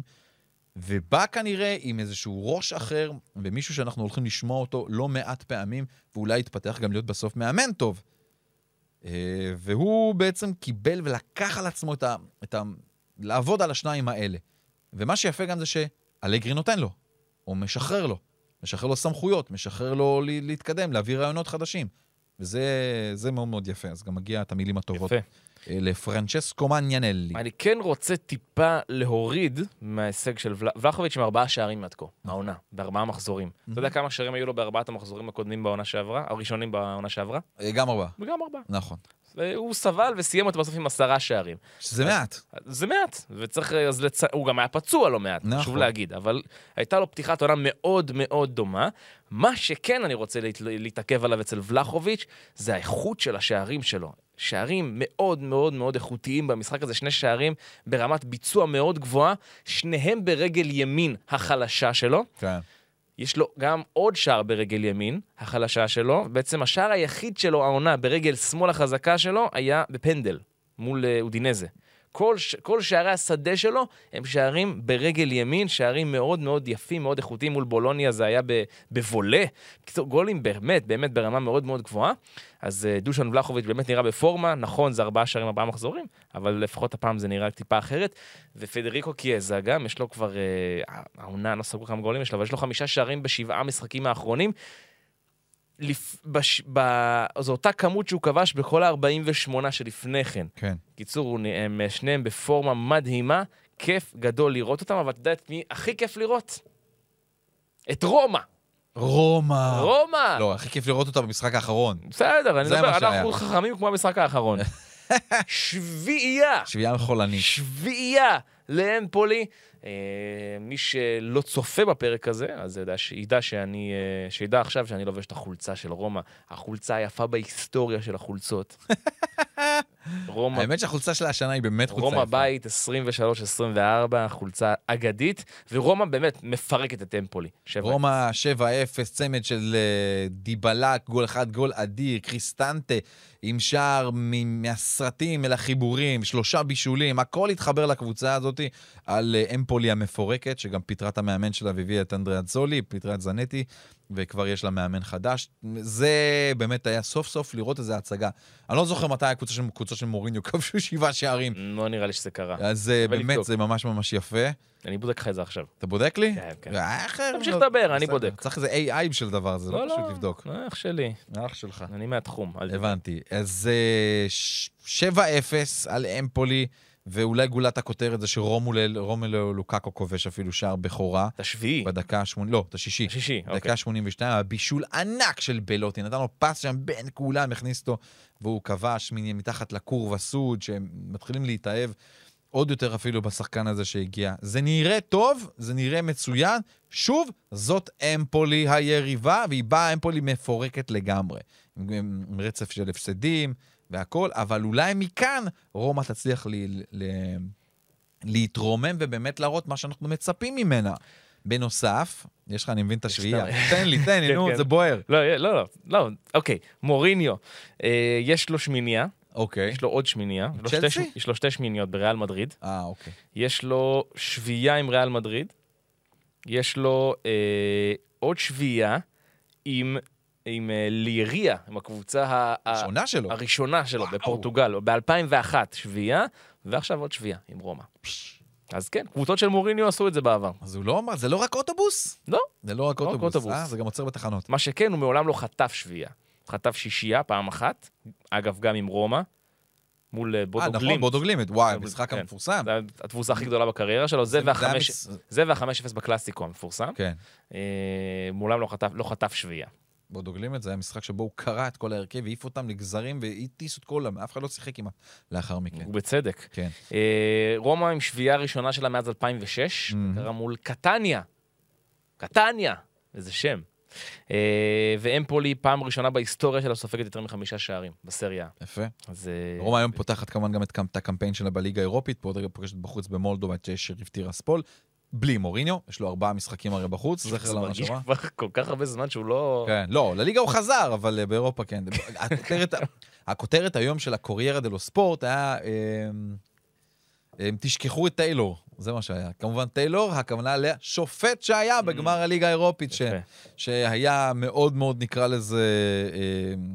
ובא כנראה עם איזשהו ראש אחר, ומישהו שאנחנו הולכים לשמוע אותו לא מעט פעמים, ואולי יתפתח גם להיות בסוף מאמן טוב. והוא בעצם קיבל ולקח על עצמו את ה... את ה... לעבוד על השניים האלה. ומה שיפה גם זה שאלגרי נותן לו, או משחרר לו. משחרר לו סמכויות, משחרר לו להתקדם, להביא רעיונות חדשים. וזה זה מאוד מאוד יפה. אז גם מגיע את המילים הטובות. יפה. לפרנצ'סקו מניאנלי. אני כן רוצה טיפה להוריד מההישג של ולחוביץ' עם ארבעה שערים עד כה, העונה, בארבעה מחזורים. אתה יודע כמה שערים היו לו בארבעת המחזורים הקודמים בעונה שעברה? הראשונים בעונה שעברה? גם ארבעה. וגם ארבעה. נכון. הוא סבל וסיים אותו בסוף עם עשרה שערים. שזה מעט. זה מעט, וצריך, אז לצ... הוא גם היה פצוע לא מעט, נכון. חשוב להגיד, אבל הייתה לו פתיחת עונה מאוד מאוד דומה. מה שכן אני רוצה להת... להתעכב עליו אצל ולחוביץ' זה האיכות של השערים שלו. שערים מאוד מאוד מאוד איכותיים במשחק הזה, שני שערים ברמת ביצוע מאוד גבוהה, שניהם ברגל ימין החלשה שלו. כן. יש לו גם עוד שער ברגל ימין, החלשה שלו, בעצם השער היחיד שלו, העונה, ברגל שמאל החזקה שלו, היה בפנדל, מול אודינזה. כל, כל שערי השדה שלו הם שערים ברגל ימין, שערים מאוד מאוד יפים, מאוד איכותיים, מול בולוניה זה היה בבולה, גולים באמת, באמת ברמה מאוד מאוד גבוהה, אז דושן ולחוביץ' באמת נראה בפורמה, נכון, זה ארבעה שערים, ארבעה מחזורים, אבל לפחות הפעם זה נראה טיפה אחרת, ופדריקו קיאזה גם, יש לו כבר, העונה, לא סגרו כמה גולים יש לו, אבל יש לו חמישה שערים בשבעה משחקים האחרונים, לפ... בש... ב... זו אותה כמות שהוא כבש בכל ה-ארבעים ושמונה שלפני כן. כן. קיצור, הם שניהם בפורמה מדהימה, כיף גדול לראות אותם, אבל אתה יודע את מי הכי כיף לראות? את רומא. רומא. רומא. לא, הכי כיף לראות אותה במשחק האחרון. בסדר, אני זה מדבר, מה שהיה. אנחנו חכמים כמו המשחק האחרון. שביעייה. שביעייה חולנית. שביעייה לאמפולי. אה, מי שלא צופה בפרק הזה, אז ידע, שידע שאני, אה, שידע עכשיו שאני לובש את החולצה של רומא. החולצה היפה בהיסטוריה של החולצות. רומא, האמת שהחולצה של השנה היא באמת חולצה יפה. רומא בית עשרים ושלוש עשרים וארבע, חולצה אגדית, ורומא באמת מפרקת את אמפולי. רומא שבע אפס, צמד של uh, דיבלק, גול אחד, גול אדיר, קריסטנטה, עם שער מ- מהסרטים אל החיבורים, שלושה בישולים, הכל התחבר לקבוצה הזאת על uh, אמפולי המפורקת, שגם פיתרה את המאמן שלה והביאה את אנדריאה צולי, פיתרה את זנטי, וכבר יש לה מאמן חדש. זה באמת היה סוף סוף לראות איזו הצגה. אני לא זוכר מתי הקבוצה של, קבוצה של מוריניו כבשו שבעה שערים. לא נראה לי שזה קרה. אז באמת זה ממש ממש יפה. אני בודק לך את זה עכשיו. אתה בודק לי? כן, כן. אחר, תמשיך לא, לדבר, אני בסדר. בודק. צריך איזה איי איי בשביל דבר, זה לא, לא, פשוט לא, לבדוק. אח שלי. אח שלך. אני מהתחום. אל תדאג. הבנתי. אז אה, ש- שבע אפס על אמפולי, ואולי גולת הכותרת זה שרומלו לוקאקו כובש אפילו שער בכורה. את השביעי. בדקה ה-שמונים, לא, את השישי. השישי, דקה אוקיי. שמונים ושתיים, הבישול ענק של בלוטי, נתן לו פס שם בין כולם, הכניס אותו, והוא כבש מתחת לקורבה סוד, שהם מתחילים להתאהב עוד יותר אפילו בשחקן הזה שהגיע. זה נראה טוב, זה נראה מצוין, שוב, זאת אמפולי היריבה, והיא באה אמפולי מפורקת לגמרי, עם, עם רצף של הפסדים והכל, אבל אולי מכאן רומא תצליח לי, ל, להתרומם ובאמת להראות מה שאנחנו מצפים ממנה. בנוסף, יש לך, אני מבין את השביעייה. תן לי, תן לי, נו, זה בוער. לא, לא, לא, לא, אוקיי. מוריניו, אה, יש לו שמיניה, אוקיי. יש לו עוד שמיניה. יש לו צ'לסי? שתי- יש לו שתי שמיניות בריאל מדריד. אה, אוקיי. יש לו שביעייה עם ריאל מדריד. יש לו אה, עוד שביעייה עם, עם אה, ליריה, עם הקבוצה ה- ה- שונה שלו. הראשונה שלו בפורטוגל, ב-אלפיים ואחת שביעייה, ועכשיו עוד שביעייה עם רומא. אז כן, קבוצות של מוריניו עשו את זה בעבר. אז הוא לא אמר, זה לא רק אוטובוס? לא, זה לא רק לא רק אוטובוס, אוטובוס. אה? זה גם עוצר בתחנות. מה שכן, הוא מעולם לא חטף שביעייה. חטף שישייה פעם אחת, אגב גם עם רומא, מול אה, בודו אה, נכון, גלימט. בודו גלימט. וואי, המשחק כן. המפורסם. זו התבוסה הכי גדולה בקריירה שלו, זה זה והחמש- מצ- זה והחמש אפס בקלאסיקו המפורסם. כן. אה, מעולם לא חטף- לא חטף שביעייה. בודו גלימט זה היה משחק שבו הוא קרא את כל ההרכב, והעיף אותם לגזרים והטיס את כולם. אף אחד לא שיחק כמעט לאחר מכן. ובצדק. כן. אה, רומא עם שביעייה ראשונה שלה מאז אלפיים ושש, Mhm. קרה מול קטניה. קטניה, איזה שם. אה, ואמפולי פעם ראשונה בהיסטוריה שלה סופגת יותר מחמישה שערים בסריה. יפה. אז אה, רומא היום פותחת כמובן גם את את הקמפיין שלה בליגה האירופית, פה עוד רגע פוגשת בחוץ במולדובה את שריף טירספול, בלי מוריניו, יש לו ארבעה משחקים הרי בחוץ, זכר זה לעונה מרגיש שעברה. כבר כל כך הרבה זמן שהוא לא... כן, לא, לליגה הוא חזר, אבל אה, באירופה כן. הכותרת, הכותרת היום של הקוריירה דלו ספורט היה, אמ, אמ, תשכחו את טיילור, זה מה שהיה. כמובן טיילור, הכוונה לשופט שהיה בגמר הליגה האירופית, ש, יפה. שהיה מאוד מאוד, נקרא לזה, אמ,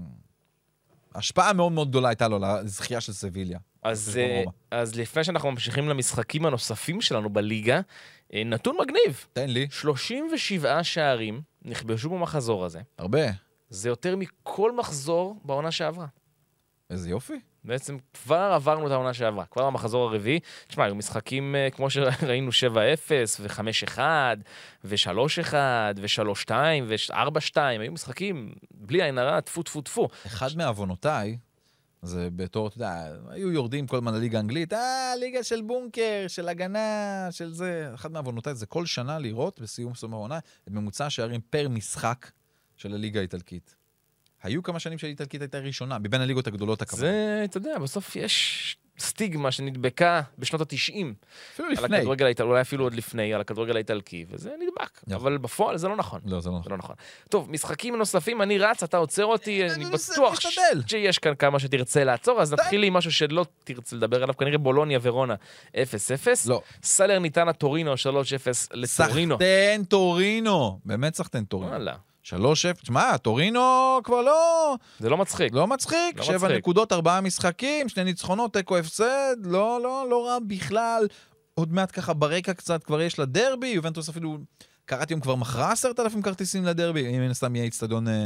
השפעה מאוד מאוד גדולה הייתה לו לזכייה של סביליה. אז, חשבון אה, רומא. אז לפני שאנחנו ממשיכים למשחקים הנוספים שלנו בליגה, אה, נתון מגניב. תן לי, שלושים ושבעה שערים נכבשו במחזור הזה. הרבה. זה יותר מכל מחזור בעונה שעברה. איזה יופי. בעצם כבר עברנו את העונה שעברה, כבר המחזור הרביעי. תשמע, היו משחקים אה, כמו שראינו שבע אפס ו-חמש אחת ו-שלוש אחת ו-שלוש שתיים ו-ארבע שתיים, היו משחקים בלי עין הרע, טפו טפו טפו. אחד מעוונותיי, זה בתור, אתה יודע, היו יורדים כל הזמן לליגה האנגלית, אה, ליגה של בונקר, של הגנה, של זה. אחד מעוונותיי זה כל שנה לראות, בסיום סוף העונה, את ממוצע השערים פר משחק של הליגה האיטלקית. היו כמה שנים שהאיטלקית הייתה ראשונה, מבין הליגות הגדולות הכבוד. זה, אתה יודע, בסוף יש סטיגמה שנדבקה בשנות ה-תשעים. אפילו על לפני. הכדורגל האיטלקי, אולי אפילו עוד לפני, על הכדורגל האיטלקי, וזה נדבק. יפה. אבל בפועל זה לא נכון. לא, זה לא זה נכון. לא נכון. טוב, משחקים נוספים, אני רץ, אתה עוצר אותי, אני ננסה, בטוח ש- נשתדל. שיש כאן כמה שתרצה לעצור, אז נתחיל עם משהו שלא תרצה לדבר עליו, כנראה בולוניה ורונה אפס אפס. לא. סלרניטנה טורינו שלוש אפס לטורינו. סחטן טורינו. באמת סחטן טורינו. וואלה, שלוש אפס. תשמע, טורינו כבר לא... זה לא מצחיק. לא מצחיק. לא שבע מצחיק. נקודות, ארבעה משחקים, שני ניצחונות, תיקו הפסד. לא, לא, לא רע בכלל. עוד מעט ככה ברקע קצת כבר יש לדרבי. יובנטוס אפילו, קראתי היום כבר מכרה עשרת אלפים כרטיסים לדרבי. אם מן הסתם יהיה אצטדיון אה,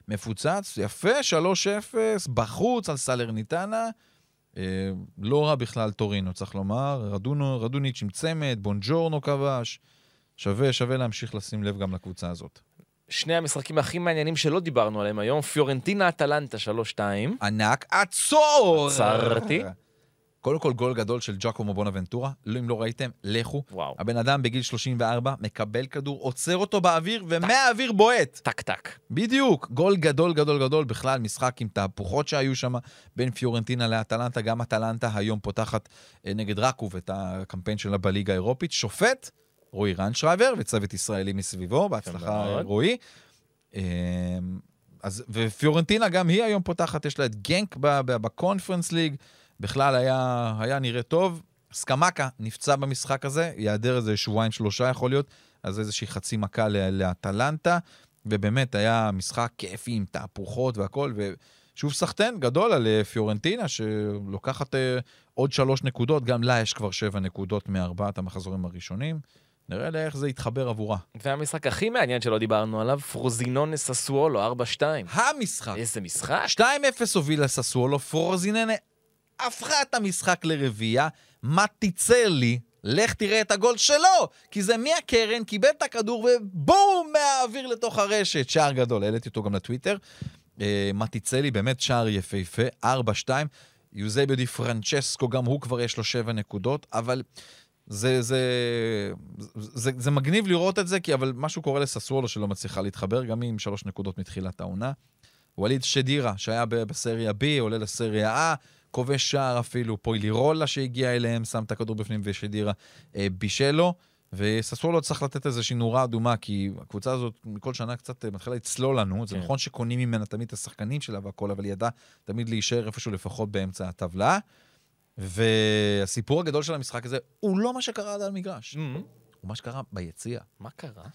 מפוצץ, יפה, שלוש אפס, בחוץ על סלרניטנה, לא רע בכלל טורינו, צריך לומר, רדונו, רדוניץ' עם צמד, בונג'ורנו כבש, שווה, שווה להמשיך לשים לב גם לקבוצה הזאת. שני המשחקים הכי מעניינים שלא דיברנו עליהם היום, פיורנטינה אטלנטה שלוש שתיים. ענק, עצור! עצרתי. קודם כל גול גדול של ג'קומו בונאבנטורה, לא, אם לא ראיתם, לכו. וואו. הבן אדם בגיל שלושים וארבע מקבל כדור, עוצר אותו באוויר, ומהאוויר בועט. טק טק. בדיוק, גול גדול גדול גדול, בכלל משחק עם תהפוכות שהיו שם בין פיורנטינה לאטלנטה, גם אטלנטה היום פותחת נגד רקוב את הקמפיין שלה בליגה האירופית, שופט, רועי רנשרייבר וצוות ישראלי מסביבו, בהצלחה רועי. אז, ופיורנטינה גם היא היום פותחת, יש לה את גנק בקונפרנס ליג, בכלל היה, היה נראה טוב. סקמקה נפצע במשחק הזה, יעדר איזה שבועיים שלושה יכול להיות, אז איזושהי חצי מכה לאטלנטה, ובאמת היה משחק כיפי עם תהפוכות והכל, ושוב סחטן גדול על פיורנטינה, שלוקחת עוד שלוש נקודות, גם לה יש כבר שבע נקודות מארבעת המחזורים הראשונים. נראה לי איך זה יתחבר עבורה. והמשחק הכי מעניין שלא דיברנו עליו, פרוזינונה ססואלו, ארבע שתיים. המשחק. איזה משחק? שתיים אפס הוביל לססואלו, פרוזינונה הפכה את המשחק לרביעייה, מה תיצר לי? לך תראה את הגול שלו, כי זה מהקרן, קיבל את הכדור ובום, מהאוויר לתוך הרשת. שער גדול, העליתי אותו גם לטוויטר. מה תיצר לי? באמת שער יפהפה, ארבע שתיים. יוזביו די פרנצ'סקו, גם הוא כבר יש לו שבע נקודות, אבל זה, זה, זה, זה מגניב לראות את זה, כי אבל משהו קורה לססואלו שלא מצליחה להתחבר, גם עם שלוש נקודות מתחילת העונה. ווליד שדירה, שהיה בסריה B, עולה לסריה A, כובש שער אפילו, פוילירולה שהגיע אליהם, שם את הכדור בפנים ושדירה אה, בישלו, וססואלו צריך לתת איזושהי נורה אדומה, כי הקבוצה הזאת מכל שנה קצת מתחילה לצלול לנו, זה נכון שקונים ממנה תמיד את השחקנים שלה והכל, אבל ידע תמיד להישאר איפשהו לפחות באמצע הטבלה, והסיפור הגדול של המשחק הזה, הוא לא מה שקרה עד על מגרש, הוא מה שקרה ביציע. מה קרה?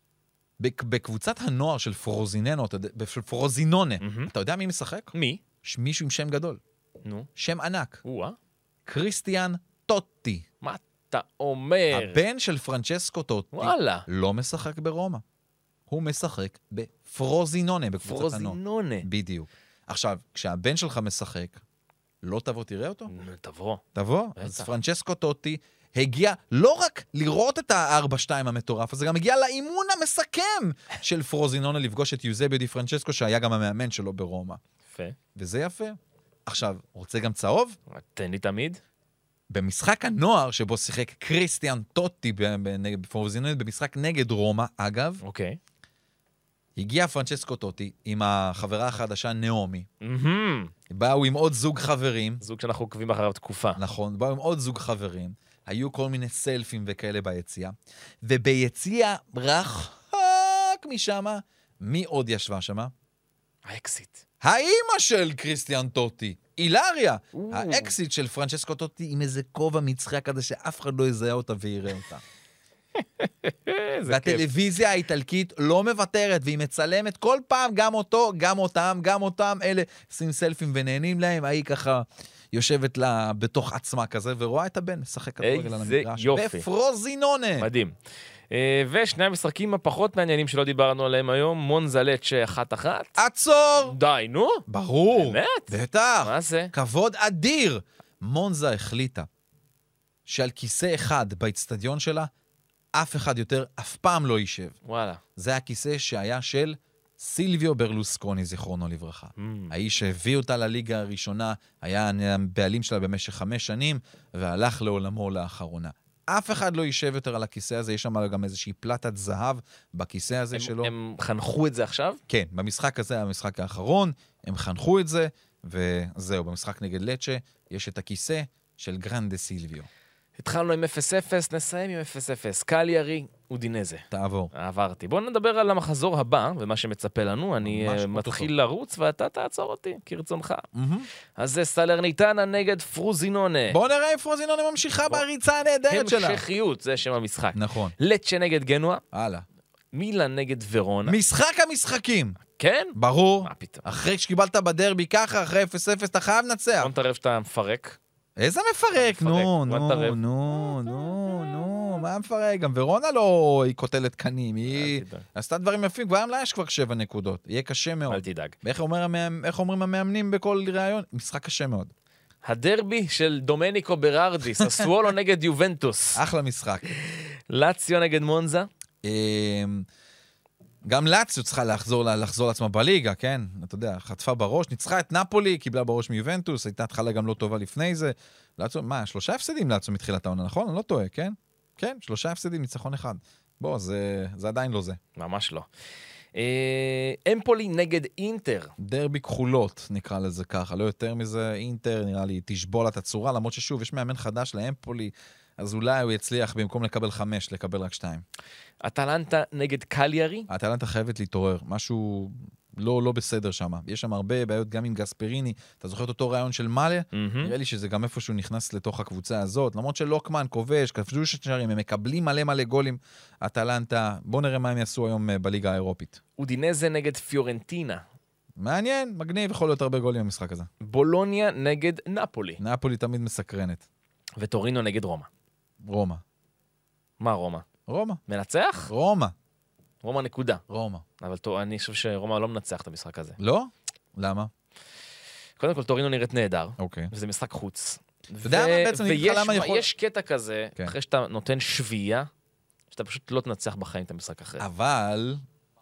בקבוצת הנוער של פרוזיננו, של פרוזינונה, אתה יודע מי משחק? מי? מישהו עם שם גדול. נו. שם ענק. וואה. קריסטיאן טוטי. מה אתה אומר? הבן של פרנצ'סקו טוטי. וואלה. לא משחק ברומא. הוא משחק בפרוזינונה, בקבוצת הנוער. פרוזינונה. בדיוק. עכשיו, כשהבן שלך משחק, לא תבוא, תראה אותו? תבוא. תבוא. אז פרנצ'סקו טוטי הגיע לא רק לראות את ה-ארבע שתיים המטורף, אז גם הגיע לאימון המסכם של פרוזינונה לפגוש את יוזביו די פרנצ'סקו, שהיה גם המאמן שלו ברומא. יפה. וזה יפה. עכשיו, רוצה גם צהוב? תן לי תמיד. במשחק הנוער שבו שיחק קריסטיאן טוטי בפרוזינונה, במשחק נגד רומא, אגב, אוקיי. הגיע פרנצ'סקו טוטי עם החברה החדשה נעמי. מהמם. באו עם עוד זוג חברים. זוג שאנחנו עוקבים אחריו תקופה. נכון, באו עם עוד זוג חברים. היו כל מיני סלפים וכאלה ביציאה. וביציאה רחוק משם, מי עוד ישבה שם? האקסיט. האימא של קריסטיאן טוטי, אילריה. האקסיט של פרנצ'סקו טוטי עם איזה כובע מצחק כזה שאף אחד לא יזהה אותה ויראה אותה. והטלוויזיה האיטלקית לא מוותרת, והיא מצלמת כל פעם גם אותו, גם אותם, גם אותם, אלה עושים סלפים ונהנים להם, ההיא ככה יושבת לה בתוך עצמה כזה, ורואה את הבן, שחק כדורגל על המגרש. יופי. בפרוזינונה. מדהים. ושני המשחקים הפחות מעניינים שלא דיברנו עליהם היום, מונזה לצ'ה אחת אחת. עצור! די, נו. ברור. באמת? בטח. מה זה? כבוד אדיר. מונזה החליטה שעל כיסא אחד באצטדיון שלה, אף אחד יותר אף פעם לא יישב. וואלה. זה הכיסא שהיה של סילביו ברלוסקוני, זיכרונו לברכה. Mm. האיש שהביא אותה לליגה הראשונה, היה הבעלים שלה במשך חמש שנים, והלך לעולמו לאחרונה. אף אחד לא יישב יותר על הכיסא הזה, יש שם גם איזושהי פלטת זהב בכיסא הזה הם, שלו. הם חנכו את זה עכשיו? כן, במשחק הזה, המשחק האחרון, הם חנכו את זה, וזהו, במשחק נגד לצ'ה, יש את הכיסא של גרנדה סילביו. התחלנו עם אפס אפס, נסיים עם אפס אפס. קליארי אודינזה. תעבור. עברתי. בואו נדבר על המחזור הבא, ומה שמצפה לנו. אני מתחיל לרוץ, ואתה תעצור אותי, כרצונך. אז זה סלרניטנה נגד פרוזינונה. בואו נראה אם פרוזינונה ממשיכה בריצה הנהדרת שלה. המשכיות, זה שם המשחק. נכון. לצ'ה נגד גנואה. הלאה. מילאן נגד ורונה. משחק המשחקים. כן? ברור. מה פתאום? אחרי שקיבלת בדרבי ככה, אחרי אפס אפס, אתה חייב לנצח. בוא נתערב שאתה מפרק. איזה מפרק? נו, נו, מפרק. נו, נו, נו. מה היה מפרק? גם ורונה לא, היא קוטלת קנים, היא אל תדאג. עשתה דברים יפים, כבר לה יש כבר שבע נקודות, יהיה קשה מאוד. אל תדאג. ואיך אומר המאמ- איך אומרים המאמנים בכל ראיון? משחק קשה מאוד. הדרבי של דומניקו ברארדי, ססוולו נגד יובנטוס. אחלה משחק. לאציו נגד מונזה. אמ, גם לאציו צריכה לחזור, לחזור לעצמה בליגה, כן? אתה יודע, חטפה בראש, ניצחה את נפולי, קיבלה בראש מיובנטוס, הייתה התחלה גם לא טובה לפני זה. לאציו, מה, שלושה הפסדים לאציו מתחילת העונה, נכון? אני לא טועה, כן? כן, שלושה הפסדים, ניצחון אחד. בוא, זה, זה עדיין לא זה. ממש לא. אה, אמפולי נגד אינטר. דרבי כחולות, נקרא לזה ככה, לא יותר מזה, אינטר נראה לי תשבול את הצורה, למרות ששוב, יש מאמן חדש לאמפולי, אז אולי הוא יצליח במקום לקבל חמש, לקבל רק שתיים. אטלנטה נגד קליארי. האטלנטה חייבת להתעורר, משהו לא, לא בסדר שם. יש שם הרבה בעיות גם עם גספריני, אתה זוכר את אותו רעיון של מאלה? נראה לי שזה גם איפשהו נכנס לתוך הקבוצה הזאת, למרות שלוקמן כובש, כבשו ששרים, הם מקבלים מלא מלא גולים, אטלנטה, בואו נראה מה הם יעשו היום בליגה האירופית. אודינזה נגד פיורנטינה. מעניין, מגניב, יכול להיות הרבה גולים במשחק הזה. בולוניה נגד נפולי. נפולי תמיד מסקרנת. וטורינו נגד רומא. רומא. מה רומא? רומא. מנצח? רומא. רומא נקודה. רומא. אבל טוב, אני חושב שרומא לא מנצח את המשחק הזה. לא? למה? קודם כל, טורינו נראית נהדר. אוקיי. וזה משחק חוץ. אתה יודע מה בעצם, אני אגיד לך למה יכול... ויש קטע כזה, כן. אחרי שאתה נותן שביעייה, שאתה פשוט לא תנצח בחיים את המשחק אחרי. אבל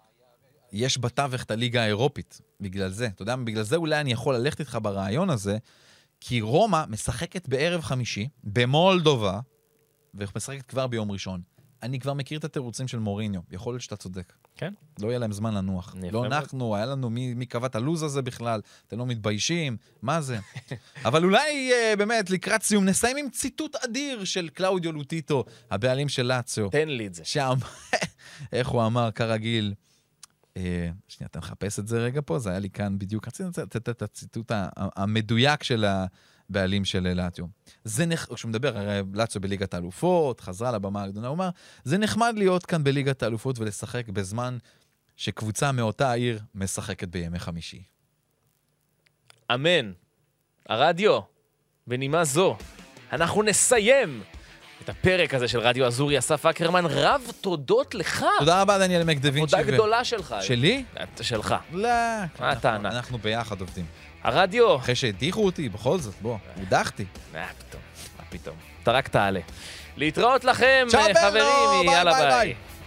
יש בתווך את הליגה האירופית, בגלל זה. אתה יודע, בגלל זה אולי אני יכול ללכת איתך ברעיון הזה, כי רומא משחקת בערב חמישי, במולדובה, ומשחקת כבר ביום ראשון. אני כבר מכיר את התירוצים של מוריניו, יכול להיות שאתה צודק. כן? לא יהיה להם זמן לנוח. לא אנחנו, היה לנו מי, מי קבע את הלוז הזה בכלל, אתם לא מתביישים, מה זה? אבל אולי באמת לקראת סיום נסיים עם ציטוט אדיר של קלאודיו לוטיטו, הבעלים של לאציו. תן לי את זה. שם, איך הוא אמר, כרגיל, אה, שנייה, אתה מחפש את זה רגע פה, זה היה לי כאן בדיוק, רציתי לתת את הציטוט המדויק של הבעלים של לאציו. זה נחמד, כשהוא מדבר, הרי לאציו בליגת האלופות, חזרה לבמה הגדולה, הוא אמר, זה נחמד להיות כאן בליגת האלופות ולשחק בזמן שקבוצה מאותה העיר משחקת בימי חמישי. אמן. הרדיו, בנימה זו, אנחנו נסיים את הפרק הזה של רדיו אזורי. אסף אקרמן, רב תודות לך. תודה רבה, דניאל מקדווינצ'י. עבודה גדולה שלך. שלי? שלך. לא. מה הטענה? אנחנו ביחד עובדים. הרדיו. אחרי שהדיחו אותי, בכל זאת, בוא, הודחתי. מה פתאום, מה פתאום. אתה רק תעלה. להתראות לכם, צ'או חברים, ברנו, ביי יאללה ביי ביי. ביי.